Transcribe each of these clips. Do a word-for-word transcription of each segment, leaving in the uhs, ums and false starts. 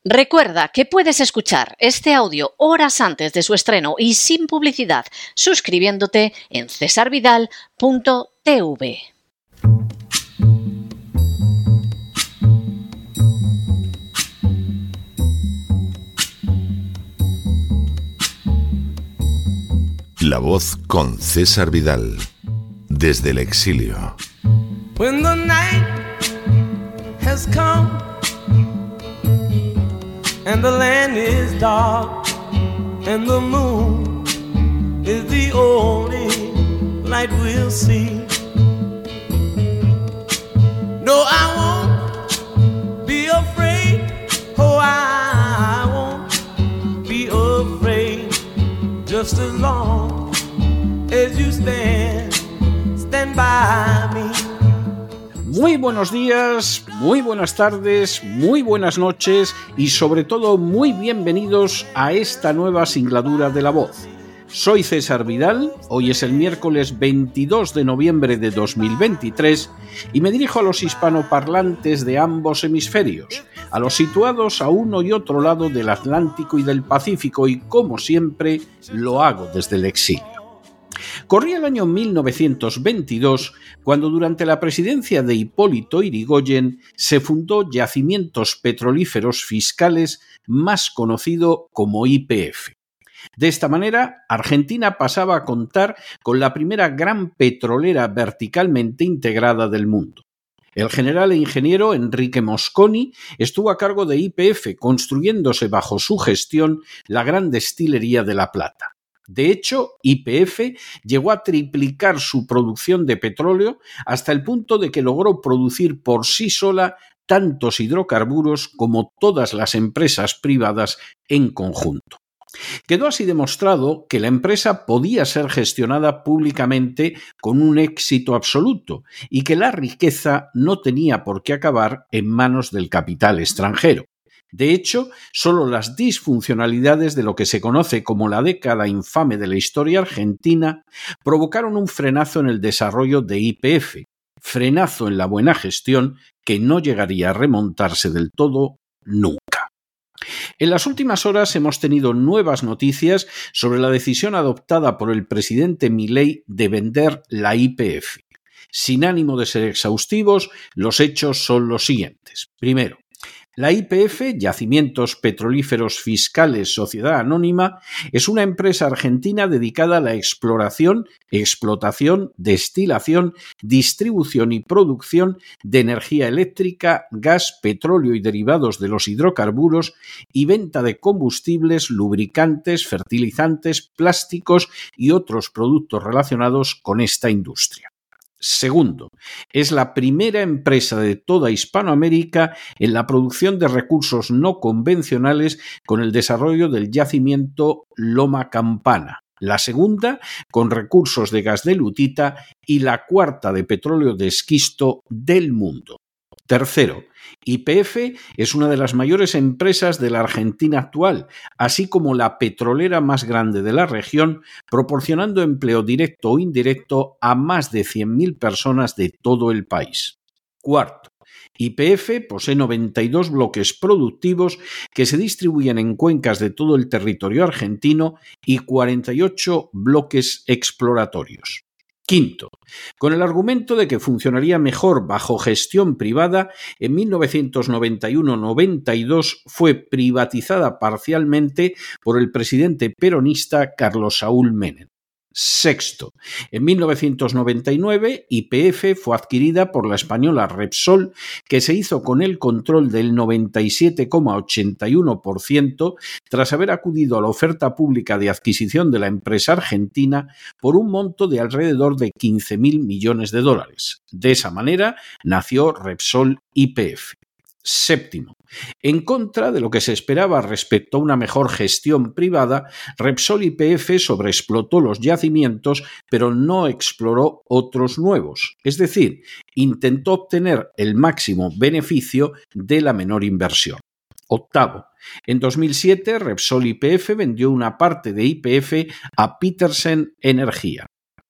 Recuerda que puedes escuchar este audio horas antes de su estreno y sin publicidad suscribiéndote en cesar vidal punto t v. La Voz con César Vidal, desde el exilio. When the night has come and the land is dark and the moon is the only light we'll see. No, I won't be afraid. Oh, I won't be afraid. Just as long as you stand, stand by me. Muy buenos días, muy buenas tardes, muy buenas noches y sobre todo muy bienvenidos a esta nueva singladura de La Voz. Soy César Vidal, hoy es el miércoles veintidós de noviembre de dos mil veintitrés y me dirijo a los hispanoparlantes de ambos hemisferios, a los situados a uno y otro lado del Atlántico y del Pacífico y, como siempre, lo hago desde el exilio. Corría el año mil novecientos veintidós cuando durante la presidencia de Hipólito Yrigoyen se fundó Yacimientos Petrolíferos Fiscales, más conocido como Y P F. De esta manera, Argentina pasaba a contar con la primera gran petrolera verticalmente integrada del mundo. El general e ingeniero Enrique Mosconi estuvo a cargo de Y P F, construyéndose bajo su gestión la gran destilería de La Plata. De hecho, Y P F llegó a triplicar su producción de petróleo hasta el punto de que logró producir por sí sola tantos hidrocarburos como todas las empresas privadas en conjunto. Quedó así demostrado que la empresa podía ser gestionada públicamente con un éxito absoluto y que la riqueza no tenía por qué acabar en manos del capital extranjero. De hecho, solo las disfuncionalidades de lo que se conoce como la década infame de la historia argentina provocaron un frenazo en el desarrollo de Y P F, frenazo en la buena gestión que no llegaría a remontarse del todo nunca. En las últimas horas hemos tenido nuevas noticias sobre la decisión adoptada por el presidente Milei de vender la Y P F. Sin ánimo de ser exhaustivos, los hechos son los siguientes. Primero, la Y P F, Yacimientos Petrolíferos Fiscales Sociedad Anónima, es una empresa argentina dedicada a la exploración, explotación, destilación, distribución y producción de energía eléctrica, gas, petróleo y derivados de los hidrocarburos y venta de combustibles, lubricantes, fertilizantes, plásticos y otros productos relacionados con esta industria. Segundo, es la primera empresa de toda Hispanoamérica en la producción de recursos no convencionales con el desarrollo del yacimiento Loma Campana, la segunda con recursos de gas de lutita y la cuarta de petróleo de esquisto del mundo. Tercero, Y P F es una de las mayores empresas de la Argentina actual, así como la petrolera más grande de la región, proporcionando empleo directo o indirecto a más de cien mil personas de todo el país. Cuarto, Y P F posee noventa y dos bloques productivos que se distribuyen en cuencas de todo el territorio argentino y cuarenta y ocho bloques exploratorios. Quinto, con el argumento de que funcionaría mejor bajo gestión privada, en mil novecientos noventa y uno noventa y dos fue privatizada parcialmente por el presidente peronista Carlos Saúl Menem. Sexto, en mil novecientos noventa y nueve Y P F fue adquirida por la española Repsol, que se hizo con el control del noventa y siete coma ochenta y uno por ciento tras haber acudido a la oferta pública de adquisición de la empresa argentina por un monto de alrededor de quince mil millones de dólares. De esa manera nació Repsol Y P F. Séptimo, en contra de lo que se esperaba respecto a una mejor gestión privada, Repsol Y P F sobreexplotó los yacimientos, pero no exploró otros nuevos. Es decir, intentó obtener el máximo beneficio de la menor inversión. Octavo, en dos mil siete Repsol Y P F vendió una parte de Y P F a Petersen Energía.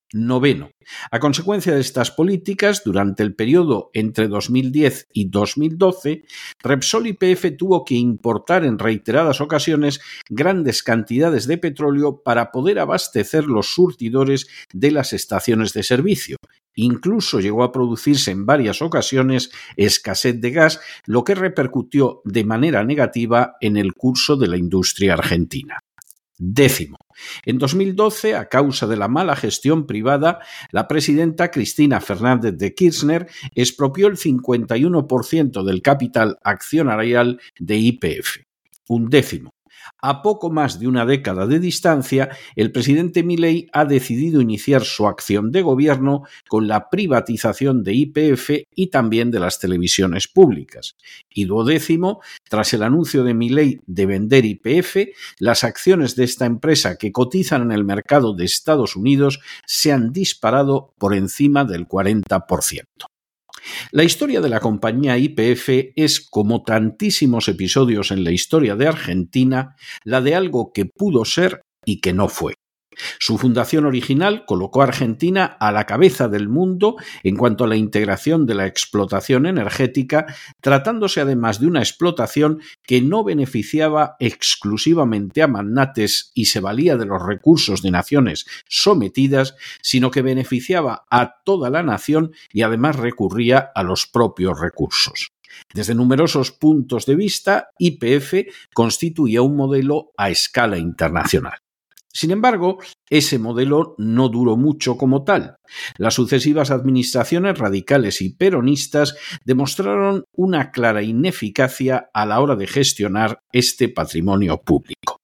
Noveno. A consecuencia de estas políticas, durante el periodo entre dos mil diez y dos mil doce, Repsol Y P F tuvo que importar en reiteradas ocasiones grandes cantidades de petróleo para poder abastecer los surtidores de las estaciones de servicio. Incluso llegó a producirse en varias ocasiones escasez de gas, lo que repercutió de manera negativa en el curso de la industria argentina. Décimo. En dos mil doce, a causa de la mala gestión privada, la presidenta Cristina Fernández de Kirchner expropió el cincuenta y uno por ciento del capital accionarial de Y P F. Un décimo. A poco más de una década de distancia, el presidente Milei ha decidido iniciar su acción de gobierno con la privatización de Y P F y también de las televisiones públicas. Y duodécimo, tras el anuncio de Milei de vender Y P F, las acciones de esta empresa que cotizan en el mercado de Estados Unidos se han disparado por encima del cuarenta por ciento. La historia de la compañía Y P F es, como tantísimos episodios en la historia de Argentina, la de algo que pudo ser y que no fue. Su fundación original colocó a Argentina a la cabeza del mundo en cuanto a la integración de la explotación energética, tratándose además de una explotación que no beneficiaba exclusivamente a magnates y se valía de los recursos de naciones sometidas, sino que beneficiaba a toda la nación y además recurría a los propios recursos. Desde numerosos puntos de vista, Y P F constituía un modelo a escala internacional. Sin embargo, ese modelo no duró mucho como tal. Las sucesivas administraciones radicales y peronistas demostraron una clara ineficacia a la hora de gestionar este patrimonio público.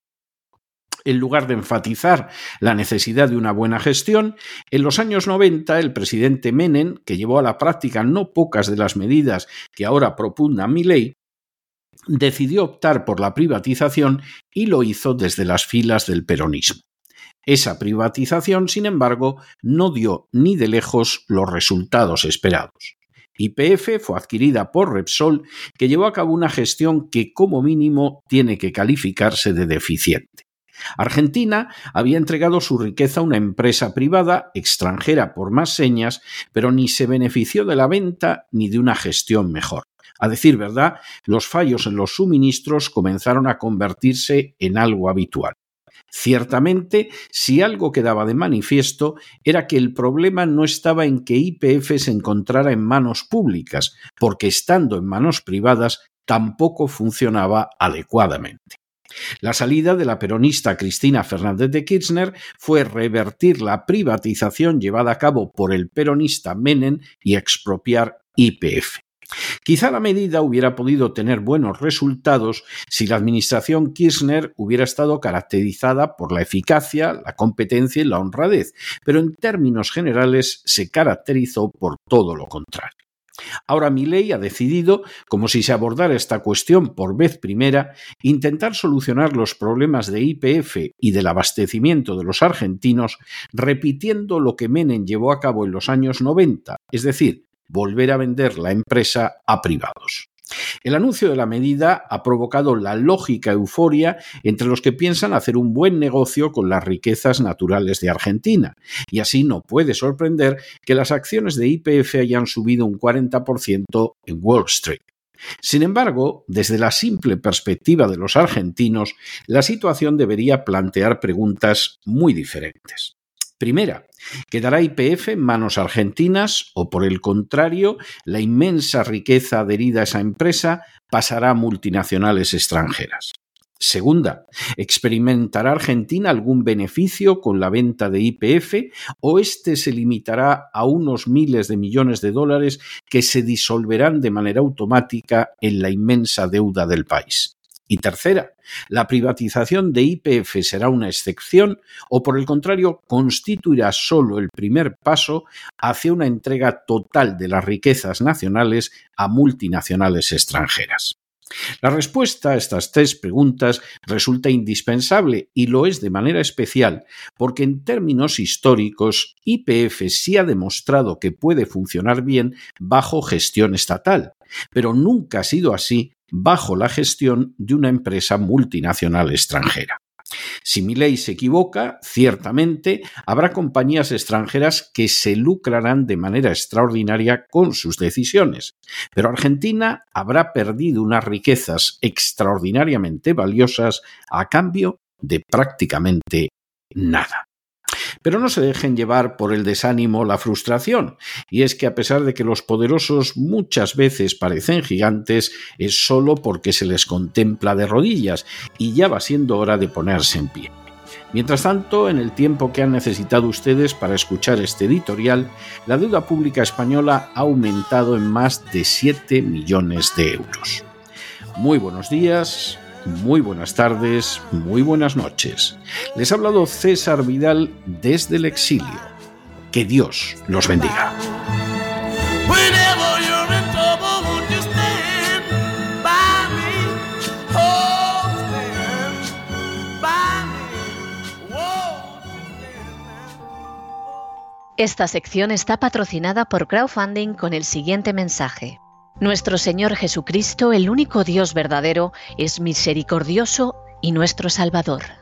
En lugar de enfatizar la necesidad de una buena gestión, en los años noventa el presidente Menem, que llevó a la práctica no pocas de las medidas que ahora propugna Milei, decidió optar por la privatización y lo hizo desde las filas del peronismo. Esa privatización, sin embargo, no dio ni de lejos los resultados esperados. Y P F fue adquirida por Repsol, que llevó a cabo una gestión que, como mínimo, tiene que calificarse de deficiente. Argentina había entregado su riqueza a una empresa privada extranjera por más señas, pero ni se benefició de la venta ni de una gestión mejor. A decir verdad, los fallos en los suministros comenzaron a convertirse en algo habitual. Ciertamente, si algo quedaba de manifiesto, era que el problema no estaba en que Y P F se encontrara en manos públicas, porque estando en manos privadas tampoco funcionaba adecuadamente. La salida de la peronista Cristina Fernández de Kirchner fue revertir la privatización llevada a cabo por el peronista Menem y expropiar Y P F. Quizá la medida hubiera podido tener buenos resultados si la administración Kirchner hubiera estado caracterizada por la eficacia, la competencia y la honradez, pero en términos generales se caracterizó por todo lo contrario. Ahora Milei ha decidido, como si se abordara esta cuestión por vez primera, intentar solucionar los problemas de Y P F y del abastecimiento de los argentinos, repitiendo lo que Menem llevó a cabo en los años noventa, es decir, volver a vender la empresa a privados. El anuncio de la medida ha provocado la lógica euforia entre los que piensan hacer un buen negocio con las riquezas naturales de Argentina, y así no puede sorprender que las acciones de Y P F hayan subido un cuarenta por ciento en Wall Street. Sin embargo, desde la simple perspectiva de los argentinos, la situación debería plantear preguntas muy diferentes. Primera, ¿quedará Y P F en manos argentinas o, por el contrario, la inmensa riqueza adherida a esa empresa pasará a multinacionales extranjeras? Segunda, ¿experimentará Argentina algún beneficio con la venta de Y P F o este se limitará a unos miles de millones de dólares que se disolverán de manera automática en la inmensa deuda del país? Y tercera, ¿la privatización de Y P F será una excepción o, por el contrario, constituirá solo el primer paso hacia una entrega total de las riquezas nacionales a multinacionales extranjeras? La respuesta a estas tres preguntas resulta indispensable y lo es de manera especial porque en términos históricos Y P F sí ha demostrado que puede funcionar bien bajo gestión estatal, pero nunca ha sido así bajo la gestión de una empresa multinacional extranjera. Si Milei se equivoca, ciertamente habrá compañías extranjeras que se lucrarán de manera extraordinaria con sus decisiones, pero Argentina habrá perdido unas riquezas extraordinariamente valiosas a cambio de prácticamente nada. Pero no se dejen llevar por el desánimo o la frustración, y es que a pesar de que los poderosos muchas veces parecen gigantes, es solo porque se les contempla de rodillas y ya va siendo hora de ponerse en pie. Mientras tanto, en el tiempo que han necesitado ustedes para escuchar este editorial, la deuda pública española ha aumentado en más de siete millones de euros. Muy buenos días. Muy buenas tardes, muy buenas noches. Les ha hablado César Vidal desde el exilio. Que Dios los bendiga. Esta sección está patrocinada por crowdfunding con el siguiente mensaje. Nuestro Señor Jesucristo, el único Dios verdadero, es misericordioso y nuestro Salvador.